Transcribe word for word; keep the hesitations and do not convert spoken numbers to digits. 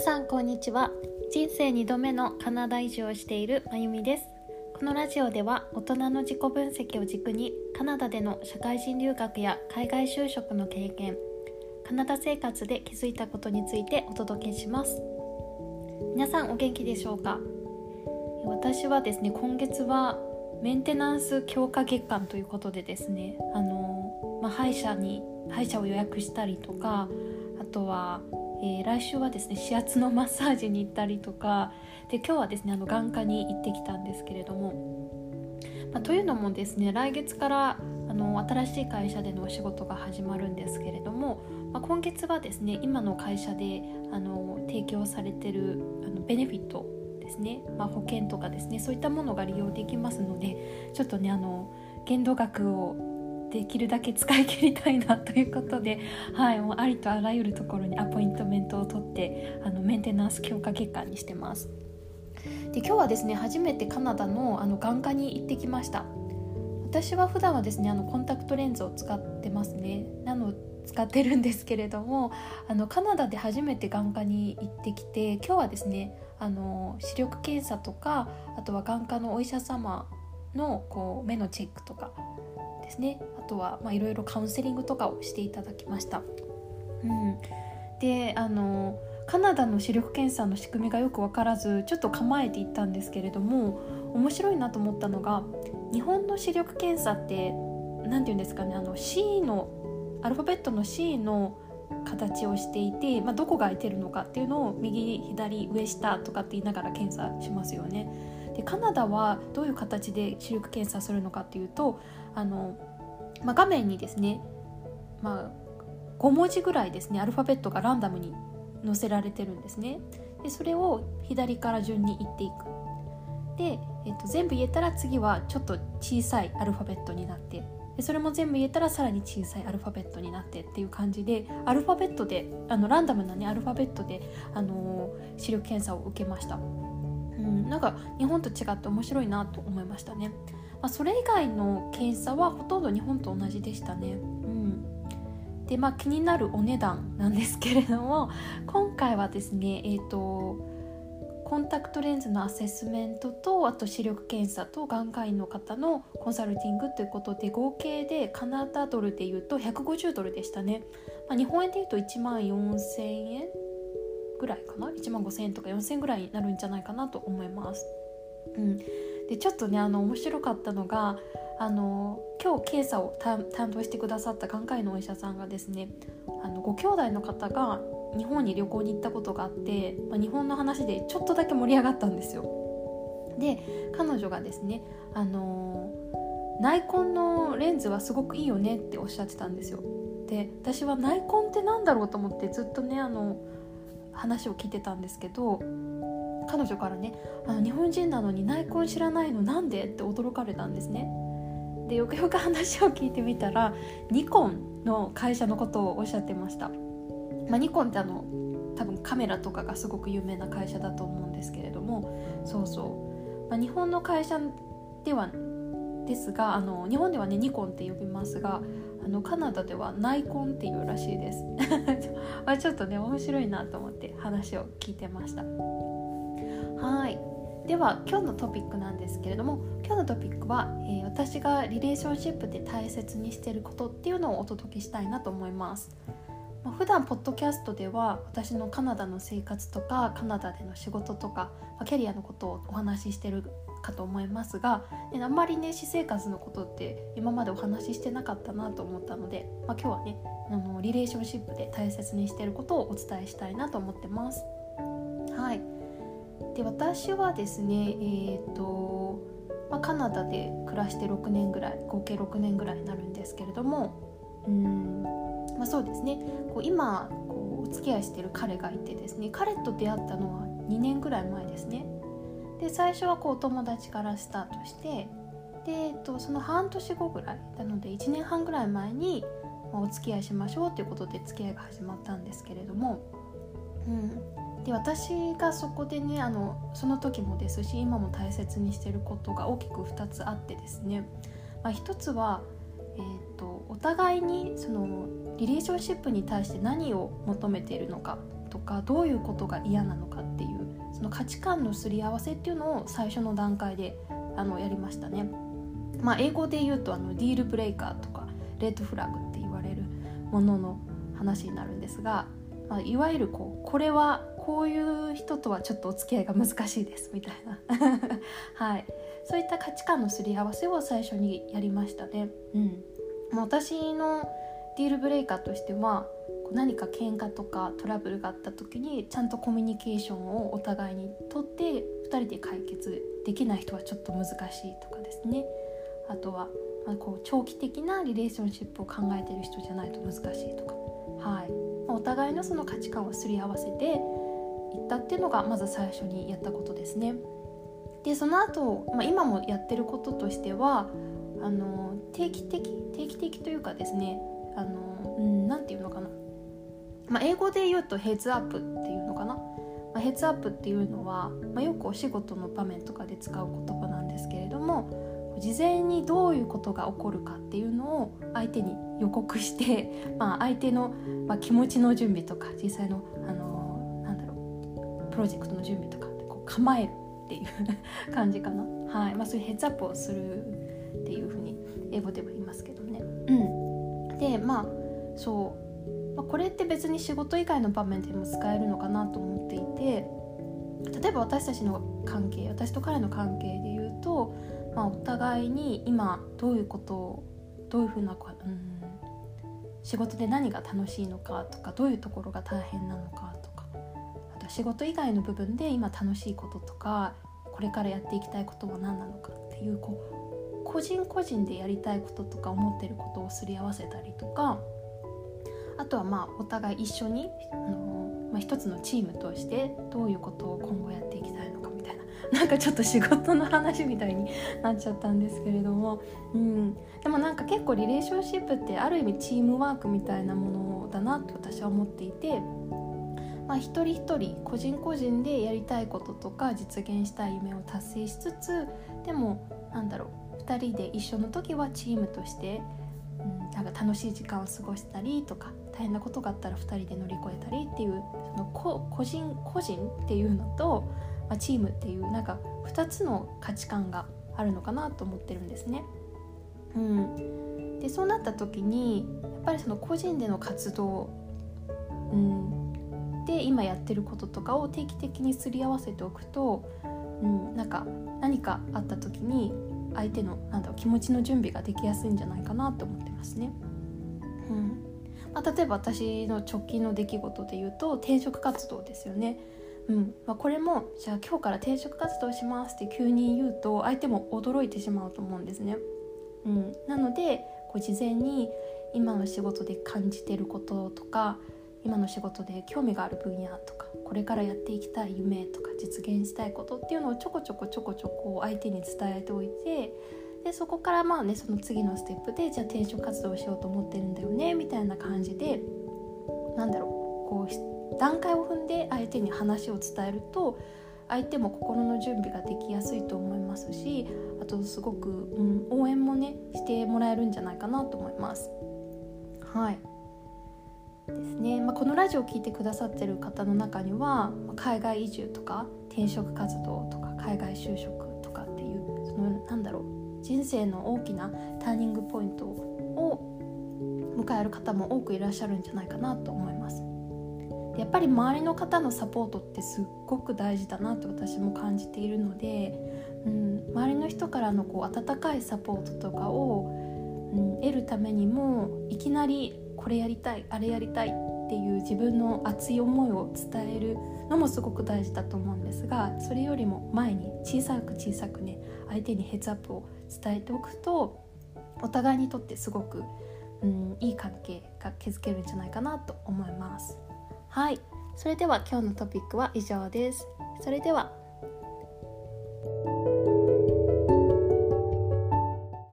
さんこんにちは。人生にどめのカナダ移住をしているまゆみです。このラジオでは大人の自己分析を軸にカナダでの社会人留学や海外就職の経験、カナダ生活で気づいたことについてお届けします。皆さんお元気でしょうか？私はですね、今月はメンテナンス強化月間ということでですね、あの、まあ、歯医者に歯医者を予約したりとか、あとは、えー、来週はですね指圧のマッサージに行ったりとかで、今日はですねあの眼科に行ってきたんですけれども、まあ、というのもですね、来月からあの新しい会社でのお仕事が始まるんですけれども、まあ、今月はですね今の会社であの提供されているあのベネフィットですね、まあ、保険とかですね、そういったものが利用できますので、ちょっとねあの限度額をできるだけ使い切りたいなということで、はい、もうありとあらゆるところにアポイントメントを取ってあのメンテナンス強化月間にしてます。で、今日はですね初めてカナダのあの眼科に行ってきました。私は普段はですねあのコンタクトレンズを使ってますね。なの使ってるんですけれども、あのカナダで初めて眼科に行ってきて、今日はですねあの視力検査とか、あとは眼科のお医者様のこう目のチェックとかですね、あとはまあいろいろカウンセリングとかをしていただきました。うん、であのカナダの視力検査の仕組みがよく分からずちょっと構えていったんですけれども、面白いなと思ったのが、日本の視力検査ってなんていうんですかね、あの C のアルファベットの C の形をしていて、まあ、どこが空いてるのかっていうのを右左上下とかって言いながら検査しますよね。でカナダはどういう形で視力検査するのかっていうと、あの、まあ、画面にですね、まあ、ごもじぐらいですねアルファベットがランダムに載せられてるんですね。でそれを左から順に言っていく。で、えっと、全部言えたら次はちょっと小さいアルファベットになって、でそれも全部言えたらさらに小さいアルファベットになってっていう感じで、アルファベットであのランダムな、ね、アルファベットで、あのー、視力検査を受けました。うん、なんか日本と違って面白いなと思いましたね。まあ、それ以外の検査はほとんど日本と同じでしたね。うん、で、まあ、気になるお値段なんですけれども、今回はですね、えーとコンタクトレンズのアセスメントと、あと視力検査と眼科医の方のコンサルティングということで、合計でカナダドルでいうとひゃくごじゅうドルでしたね。まあ、日本円でいうといちまんよんせんえんぐらいかな、いちまんごせんえんとかよんせんえんぐらいになるんじゃないかなと思います。うん、でちょっとねあの面白かったのが、あの今日検査を担当してくださった眼科医のお医者さんがですね、あのご兄弟の方が日本に旅行に行ったことがあって、まあ、日本の話でちょっとだけ盛り上がったんですよ。で彼女がですね、あの内コンのレンズはすごくいいよねっておっしゃってたんですよ。で私は内コンってなんだろうと思ってずっとねあの話を聞いてたんですけど、彼女からね、あの日本人なのに内コン知らないのなんでって驚かれたんですね。でよくよく話を聞いてみたら、ニコンの会社のことをおっしゃってました。まあ、ニコンってあの多分カメラとかがすごく有名な会社だと思うんですけれども、そうそう、まあ、日本の会社ではですが、あの日本ではねニコンって呼びますが、あのカナダではナイコンっていうらしいですまあちょっとね面白いなと思って話を聞いてました。はい、では今日のトピックなんですけれども、今日のトピックは、えー、私がリレーションシップで大切にしていることっていうのをお届けしたいなと思います。まあ、普段ポッドキャストでは私のカナダの生活とかカナダでの仕事とか、まあ、キャリアのことをお話ししてるかと思いますが、あんまりね私生活のことって今までお話ししてなかったなと思ったので、まあ、今日はねあのリレーションシップで大切にしていることをお伝えしたいなと思ってます。はい、で私はですね、えーとまあ、カナダで暮らしてろくねんぐらい、合計ろくねんぐらいになるんですけれども、うーん、まあ、そうですね、こう今こうお付き合いしている彼がいてですね、彼と出会ったのはにねんぐらい前ですね。で最初はこうお友達からスタートして、で、えっと、その半年後ぐらいなのでいちねんはんぐらい前に、まあ、お付き合いしましょうということで付き合いが始まったんですけれども、うん、で私がそこでねあのその時もですし今も大切にしていることが大きくふたつあってですね、まあ、ひとつは、えーと、お互いにそのリレーションシップに対して何を求めているのかっとかどういうことが嫌なのかっていうその価値観のすり合わせっていうのを最初の段階であのやりましたね。まあ、英語で言うとあのディールブレイカーとかレッドフラグって言われるものの話になるんですが、まあ、いわゆるこうこれはこういう人とはちょっとお付き合いが難しいですみたいなはい、そういった価値観のすり合わせを最初にやりましたね。うん、まあ、私のディールブレイカーとしては何か喧嘩とかトラブルがあった時にちゃんとコミュニケーションをお互いにとってふたりで解決できない人はちょっと難しいとかですね。あとは、まあ、こう長期的なリレーションシップを考えている人じゃないと難しいとか、はい、まあ、お互いのその価値観をすり合わせていったっていうのがまず最初にやったことですね。でその後、まあ、今もやってることとしてはあの定期的定期的というかですね、あの、うん、なんていうのかな、まあ、英語で言うとヘッズアップっていうのかな、まあ、ヘッズアップっていうのは、まあ、よくお仕事の場面とかで使う言葉なんですけれども、事前にどういうことが起こるかっていうのを相手に予告して、まあ、相手の、まあ、気持ちの準備とか実際の、あのー、なんだろうプロジェクトの準備とかこう構えるっていう感じかな、はい、まあ、そういうヘッズアップをするっていうふうに英語では言いますけどね、うん、でまあそう、まあ、これって別に仕事以外の場面でも使えるのかなと思っていて、例えば私たちの関係私と彼の関係で言うと、まあ、お互いに今どういうことをどういうふうな、うん、仕事で何が楽しいのかとかどういうところが大変なのかとか、あとは仕事以外の部分で今楽しいこととかこれからやっていきたいことは何なのかっていう、こう個人個人でやりたいこととか思ってることをすり合わせたりとか、あとはまあお互い一緒にあの、まあ、一つのチームとしてどういうことを今後やっていきたいのかみたいな、なんかちょっと仕事の話みたいになっちゃったんですけれども、うん、でもなんか結構リレーションシップってある意味チームワークみたいなものだなと私は思っていて、まあ、一人一人個人個人でやりたいこととか実現したい夢を達成しつつ、でもなんだろうふたりで一緒の時はチームとして、うん、なんか楽しい時間を過ごしたりとか大変なことがあったらふたりで乗り越えたりっていうその個人個人っていうのと、まあ、チームっていうなんかふたつの価値観があるのかなと思ってるんですね、うん、でそうなった時にやっぱりその個人での活動、うん、で今やってることとかを定期的にすり合わせておくと、うん、なんか何かあった時に相手のなんだろう気持ちの準備ができやすいんじゃないかなと思ってますね、うん、まあ、例えば私の直近の出来事で言うと転職活動ですよね。うん、まあ、これもじゃあ今日から転職活動しますって急に言うと相手も驚いてしまうと思うんですね、うん、なのでこう事前に今の仕事で感じていることとか今の仕事で興味がある分野とかこれからやっていきたい夢とか実現したいことっていうのをちょこちょこちょこちょこ相手に伝えておいて、でそこからまあねその次のステップでじゃあ転職活動しようと思ってるんだよねみたいな感じで、なんだろうこう段階を踏んで相手に話を伝えると相手も心の準備ができやすいと思いますし、あとすごく、うん、応援もねしてもらえるんじゃないかなと思います。はいですね、まあ、このラジオを聞いてくださってる方の中には海外移住とか転職活動とか海外就職とかっていうそのなんだろう人生の大きなターニングポイントを迎える方も多くいらっしゃるんじゃないかなと思います。やっぱり周りの方のサポートってすっごく大事だなと私も感じているので、うん、周りの人からのこう温かいサポートとかを、うん、得るためにもいきなりこれやりたいあれやりたいっていう自分の熱い思いを伝えるのもすごく大事だと思うんですが、それよりも前に小さく小さくね相手にヘッズアップを伝えておくとお互いにとってすごく、うん、いい関係が築けるんじゃないかなと思います。はい、それでは今日のトピックは以上です。それでは